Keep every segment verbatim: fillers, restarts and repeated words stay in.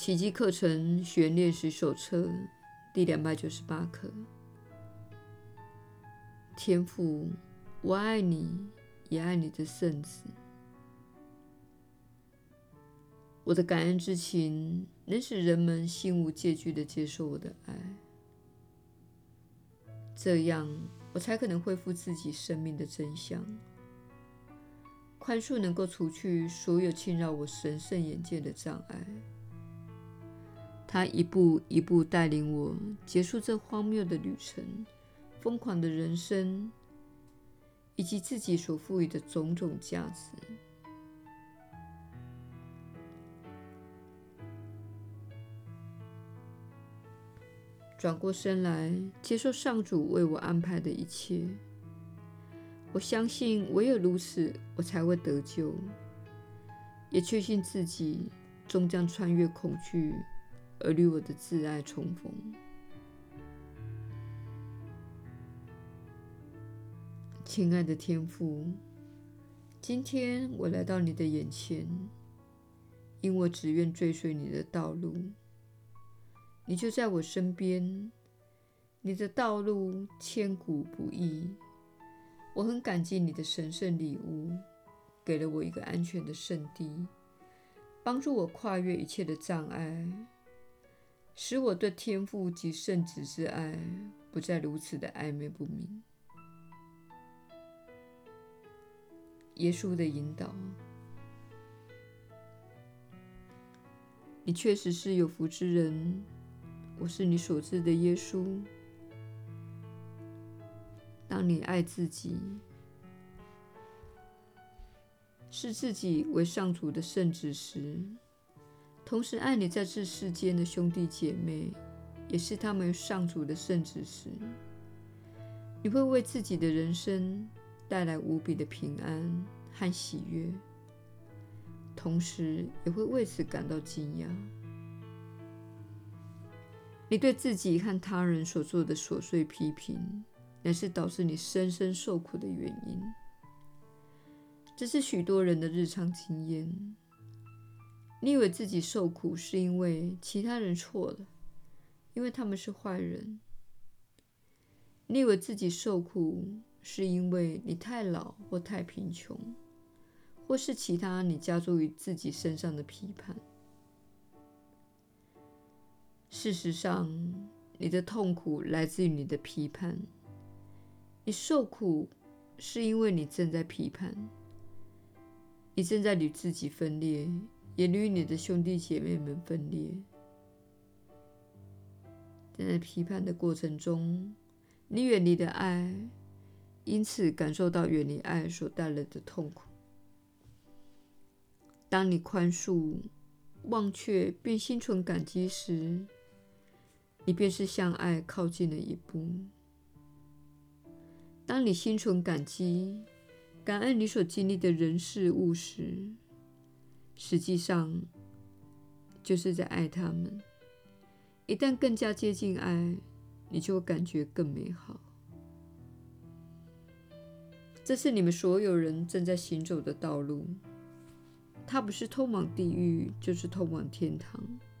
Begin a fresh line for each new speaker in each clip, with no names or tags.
奇迹课程学员练习手册第两百九十八课。天父，我爱你，也爱你的圣子。我的感恩之情能使人们心无芥惧地接受我的爱，这样我才可能恢复自己生命的真相。宽恕能够除去所有侵扰我神圣眼界的障碍。他一步一步带领我结束这荒谬的旅程、疯狂的人生，以及自己所赋予的种种价值。转过身来，接受上主为我安排的一切。我相信唯有如此，我才会得救，也确信自己终将穿越恐惧，而与我的挚爱重逢。亲爱的天父，今天我来到你的眼前，因我只愿追随你的道路。你就在我身边，你的道路千古不易。我很感激你的神圣礼物，给了我一个安全的圣地，帮助我跨越一切的障碍，使我对天父及圣子之爱不再如此的暧昧不明。耶稣的引导，你确实是有福之人。我是你所知的耶稣。当你爱自己，视自己为上主的圣子时，同时爱你在这世间的兄弟姐妹，也是他们上主的圣子时，你会为自己的人生带来无比的平安和喜悦，同时也会为此感到惊讶。你对自己和他人所做的琐碎批评，乃是导致你深深受苦的原因。这是许多人的日常经验。你以为自己受苦是因为其他人错了，因为他们是坏人。你以为自己受苦是因为你太老或太贫穷，或是其他你加诸于自己身上的批判。事实上，你的痛苦来自于你的批判。你受苦是因为你正在批判，你正在与自己分裂，也与你的兄弟姐妹们分裂。在批判的过程中，你远离了爱，因此感受到远离爱所带来的痛苦。当你宽恕、忘却并心存感激时，你便是向爱靠近了一步。当你心存感激、感恩你所经历的人事物时，实际上就是在爱他们。一旦更加接近爱，你就会感觉更美好。这是你们所有人正在行走的道路，它不是通往地狱，就是通往天堂。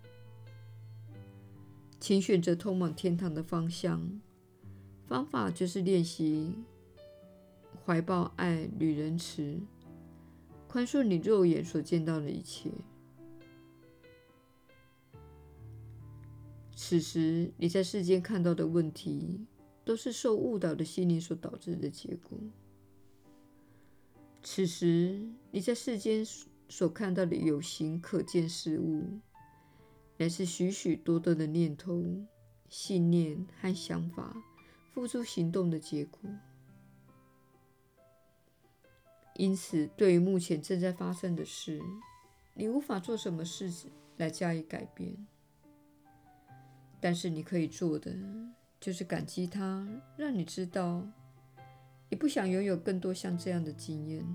请选择通往天堂的方向，方法就是练习怀抱爱与仁慈，宽恕你肉眼所见到的一切。此时你在世间看到的问题，都是受误导的心灵所导致的结果。此时你在世间所看到的有形可见事物，乃是许许多多的念头、信念和想法付诸行动的结果。因此，对于目前正在发生的事，你无法做什么事来加以改变。但是你可以做的，就是感激它，让你知道，你不想拥有更多像这样的经验。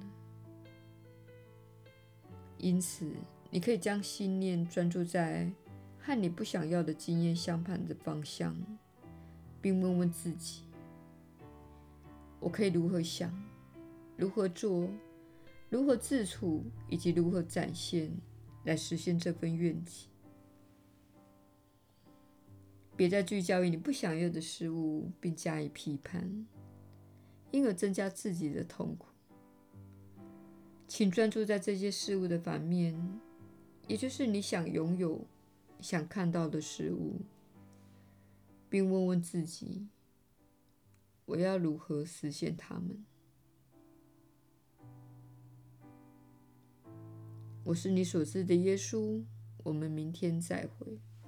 因此，你可以将心念专注在和你不想要的经验相反的方向，并问问自己：我可以如何想，如何做，如何自处，以及如何展现，来实现这份愿景。 别再聚焦于你不想要的事物，并加以批判，因而增加自己的痛苦。请专注在这些事物的反面，也就是你想拥有、想看到的事物，并问问自己：我要如何实现它们？我是你所知的耶稣。我们明天再会。